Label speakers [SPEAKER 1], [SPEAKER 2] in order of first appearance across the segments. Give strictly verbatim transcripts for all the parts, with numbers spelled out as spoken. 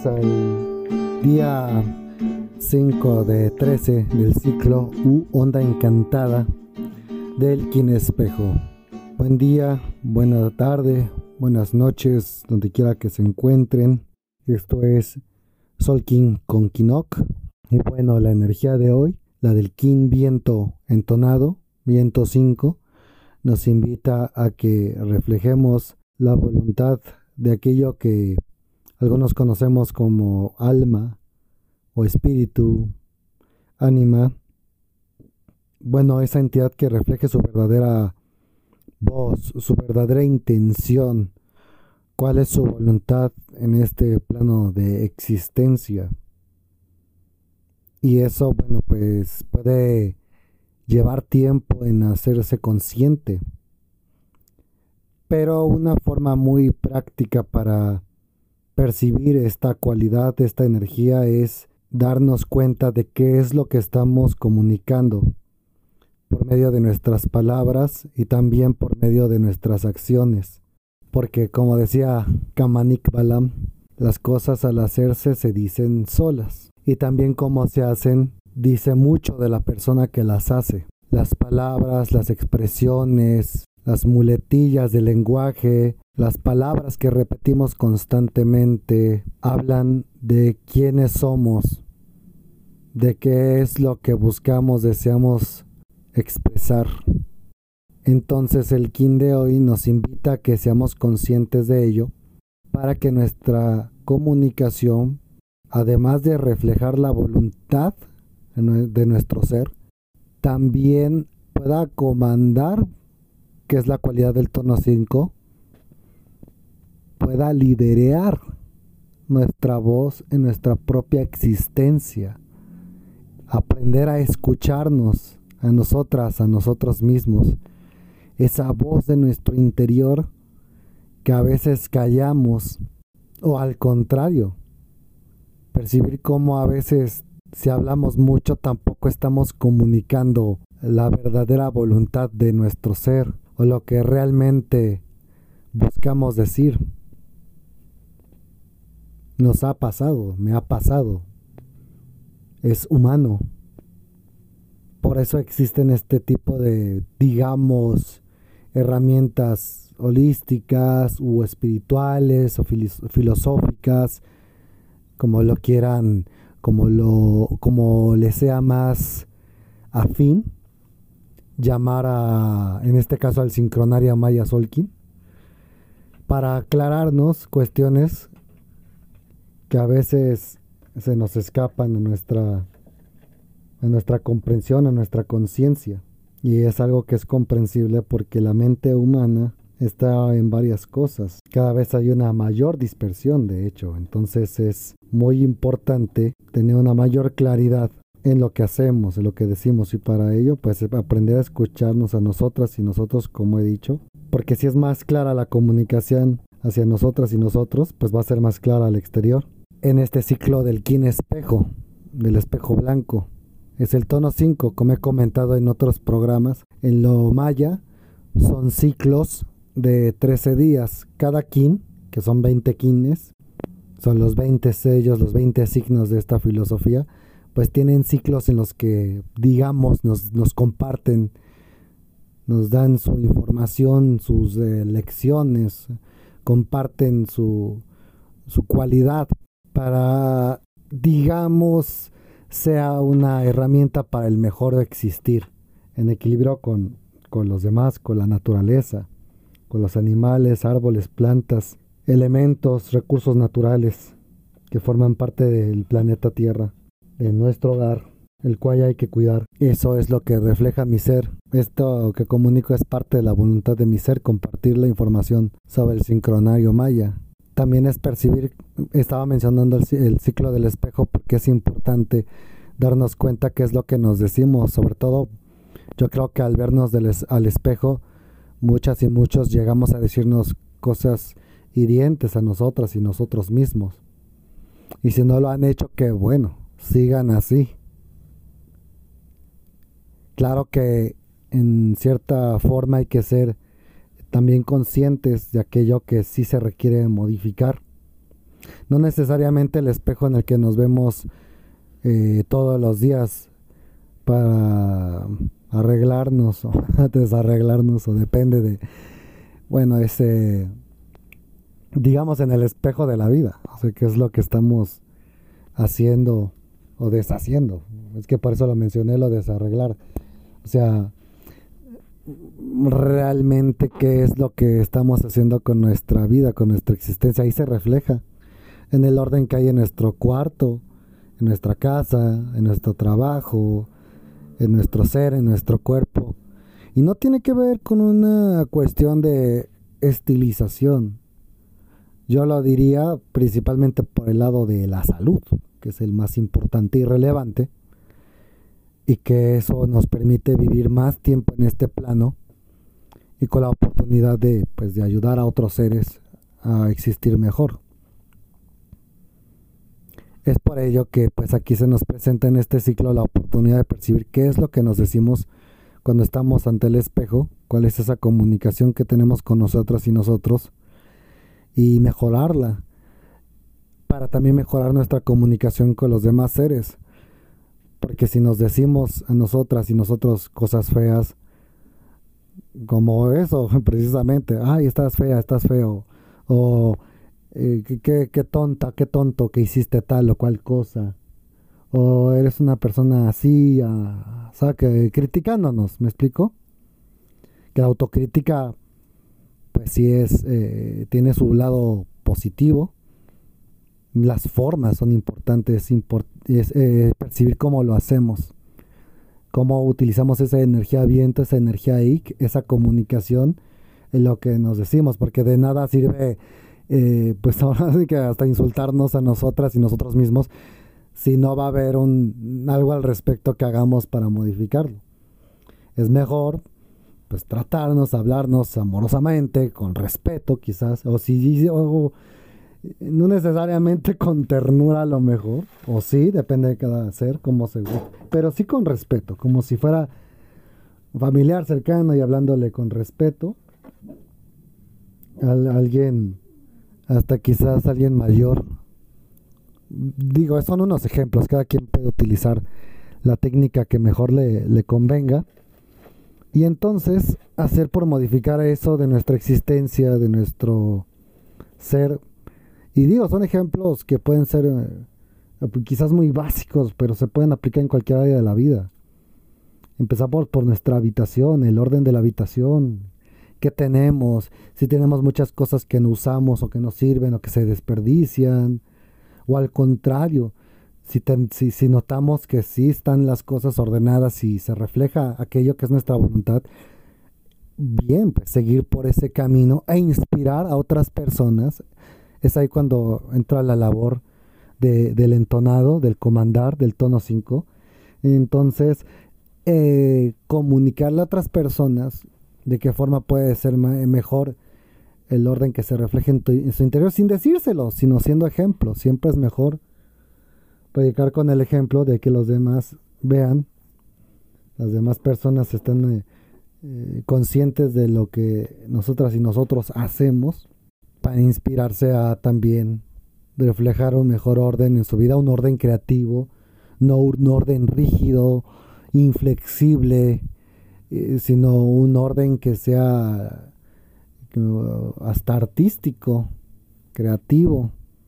[SPEAKER 1] Estamos al día cinco de trece del ciclo U Onda Encantada del Kin Espejo. Buen día, buena tarde, buenas noches, donde quiera que se encuentren. Esto es Sol Kin con Kinok. Y bueno, la energía de hoy, la del Kin Viento Entonado, Viento cinco, nos invita a que reflejemos la voluntad de aquello que algunos conocemos como alma o espíritu, ánima. Bueno, esa entidad que refleje su verdadera voz, su verdadera intención, cuál es su voluntad en este plano de existencia. Y eso, bueno, pues puede llevar tiempo en hacerse consciente, pero una forma muy práctica para percibir esta cualidad, esta energía, es darnos cuenta de qué es lo que estamos comunicando por medio de nuestras palabras y también por medio de nuestras acciones. Porque como decía Kamanik Balam, las cosas al hacerse se dicen solas. Y también cómo se hacen dice mucho de la persona que las hace. Las palabras, las expresiones, las muletillas del lenguaje, las palabras que repetimos constantemente, hablan de quiénes somos, de qué es lo que buscamos, deseamos expresar. Entonces el Kin de hoy nos invita a que seamos conscientes de ello para que nuestra comunicación, además de reflejar la voluntad de nuestro ser, también pueda comandar, que es la cualidad del tono cinco, pueda liderar nuestra voz en nuestra propia existencia, aprender a escucharnos a nosotras, a nosotros mismos, esa voz de nuestro interior que a veces callamos, o al contrario, percibir cómo a veces, si hablamos mucho, tampoco estamos comunicando la verdadera voluntad de nuestro ser o lo que realmente buscamos decir. Nos ha pasado, me ha pasado. Es humano. Por eso existen este tipo de, digamos, herramientas holísticas o espirituales o filosóficas, como lo quieran, como lo, como les sea más afín llamar a, en este caso, al sincronaria Maya Solkin, para aclararnos cuestiones que a veces se nos escapan a nuestra, a nuestra comprensión, a nuestra conciencia. Y es algo que es comprensible porque la mente humana está en varias cosas. Cada vez hay una mayor dispersión, de hecho. Entonces es muy importante tener una mayor claridad en lo que hacemos, en lo que decimos. Y para ello, pues aprender a escucharnos a nosotras y nosotros, como he dicho. Porque si es más clara la comunicación hacia nosotras y nosotros, pues va a ser más clara al exterior. En este ciclo del Kin Espejo, del espejo blanco, es el tono cinco, como he comentado en otros programas. En lo maya son ciclos de trece días. Cada Kin, que son veinte Kines, son los veinte sellos, los veinte signos de esta filosofía, pues tienen ciclos en los que, digamos, nos, nos comparten, nos dan su información, sus eh, lecciones, comparten su, su cualidad para, digamos, sea una herramienta para el mejor existir, en equilibrio con, con los demás, con la naturaleza, con los animales, árboles, plantas, elementos, recursos naturales que forman parte del planeta Tierra, de nuestro hogar, el cual hay que cuidar. Eso es lo que refleja mi ser. Esto que comunico es parte de la voluntad de mi ser, compartir la información sobre el sincronario maya. También es percibir, estaba mencionando el, el ciclo del espejo porque es importante darnos cuenta qué es lo que nos decimos. Sobre todo, yo creo que al vernos del es, al espejo, muchas y muchos llegamos a decirnos cosas hirientes a nosotras y nosotros mismos. Y si no lo han hecho, qué bueno, sigan así. Claro que en cierta forma hay que ser también conscientes de aquello que sí se requiere modificar. No necesariamente el espejo en el que nos vemos eh, todos los días para arreglarnos o desarreglarnos, o depende de, bueno, ese, digamos, en el espejo de la vida, o sea, qué es lo que estamos haciendo o deshaciendo. Es que por eso lo mencioné, lo desarreglar. O sea, realmente qué es lo que estamos haciendo con nuestra vida, con nuestra existencia. Ahí se refleja en el orden que hay en nuestro cuarto, en nuestra casa, en nuestro trabajo, en nuestro ser, en nuestro cuerpo. Y no tiene que ver con una cuestión de estilización. Yo lo diría principalmente por el lado de la salud, que es el más importante y relevante, y que eso nos permite vivir más tiempo en este plano y con la oportunidad de, pues, de ayudar a otros seres a existir mejor. Es por ello que, pues, aquí se nos presenta en este ciclo la oportunidad de percibir qué es lo que nos decimos cuando estamos ante el espejo, cuál es esa comunicación que tenemos con nosotras y nosotros, y mejorarla, para también mejorar nuestra comunicación con los demás seres. Porque si nos decimos a nosotras y nosotros cosas feas, como eso, precisamente, ay, estás fea, estás feo, o eh, qué, qué tonta, qué tonto que hiciste tal o cual cosa, o eres una persona así, ah, o sea, que criticándonos, ¿me explico? Que la autocrítica, pues sí es, eh, tiene su lado positivo. Las formas son importantes, import, es, eh, percibir cómo lo hacemos, cómo utilizamos esa energía viento, esa energía ik, esa comunicación en lo que nos decimos, porque de nada sirve, eh, pues ahora sí que hasta insultarnos a nosotras y nosotros mismos, si no va a haber un, algo al respecto que hagamos para modificarlo. Es mejor, pues, tratarnos, hablarnos amorosamente, con respeto quizás, o si... O, no necesariamente con ternura a lo mejor, o sí, depende de cada ser, como se guste, pero sí con respeto, como si fuera familiar, cercano, y hablándole con respeto a alguien, hasta quizás alguien mayor. Digo, son unos ejemplos, cada quien puede utilizar la técnica que mejor le, le convenga, y entonces hacer por modificar eso de nuestra existencia, de nuestro ser. Y digo, son ejemplos que pueden ser eh, quizás muy básicos, pero se pueden aplicar en cualquier área de la vida. Empezamos por nuestra habitación, el orden de la habitación, qué tenemos, si tenemos muchas cosas que no usamos o que no sirven o que se desperdician, o al contrario, si, ten, si, si notamos que sí están las cosas ordenadas y se refleja aquello que es nuestra voluntad, bien, pues seguir por ese camino e inspirar a otras personas. Es ahí cuando entra la labor de, del entonado, del comandar, del tono cinco. Entonces, eh, comunicarle a otras personas de qué forma puede ser mejor el orden que se refleje en, tu, en su interior, sin decírselo, sino siendo ejemplo. Siempre es mejor predicar con el ejemplo de que los demás vean, las demás personas estén eh, eh, conscientes de lo que nosotras y nosotros hacemos, para inspirarse a también reflejar un mejor orden en su vida, un orden creativo, no un orden rígido, inflexible, eh, sino un orden que sea uh, hasta artístico, creativo,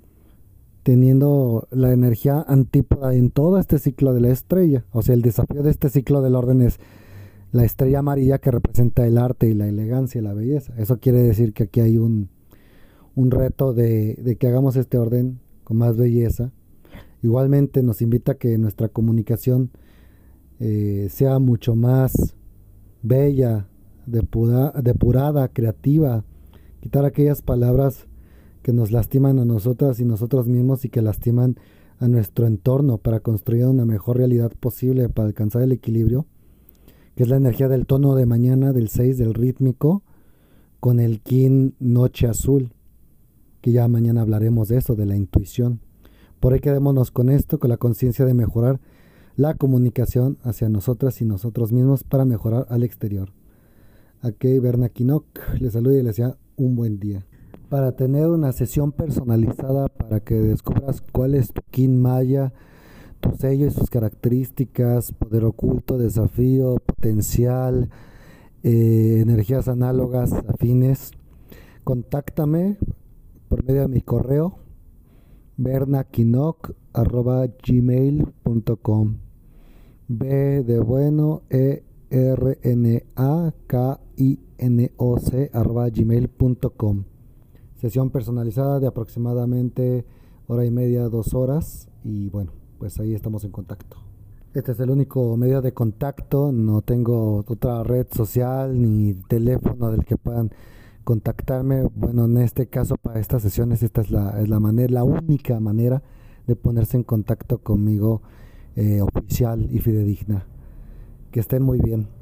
[SPEAKER 1] teniendo la energía antípoda en todo este ciclo de la estrella. O sea, el desafío de este ciclo del orden es la estrella amarilla, que representa el arte y la elegancia y la belleza. Eso quiere decir que aquí hay un un reto de, de que hagamos este orden con más belleza. Igualmente nos invita a que nuestra comunicación eh, sea mucho más bella, depura, depurada, creativa, quitar aquellas palabras que nos lastiman a nosotras y nosotros mismos y que lastiman a nuestro entorno, para construir una mejor realidad posible, para alcanzar el equilibrio, que es la energía del tono de mañana, del seis, del rítmico, con el kin noche azul, que ya mañana hablaremos de eso, de la intuición. Por ahí quedémonos con esto, con la conciencia de mejorar la comunicación hacia nosotras y nosotros mismos para mejorar al exterior. Aquí Berna Kinok les saluda y les desea un buen día. para tener una sesión personalizada para que descubras cuál es tu kin maya, tu sello y sus características, poder oculto, desafío, potencial, eh, energías análogas, afines. Contáctame por medio de mi correo bernakinok arroba gmail punto com. B de bueno, E R N A K I N O C arroba gmail punto com. Sesión personalizada de aproximadamente hora y media, dos horas, y bueno, pues ahí estamos en contacto. Este es el único medio de contacto, no tengo otra red social ni teléfono del que puedan contactarme. Bueno, en este caso para estas sesiones esta es la, es la manera, la única manera de ponerse en contacto conmigo, eh, oficial y fidedigna. Que estén muy bien.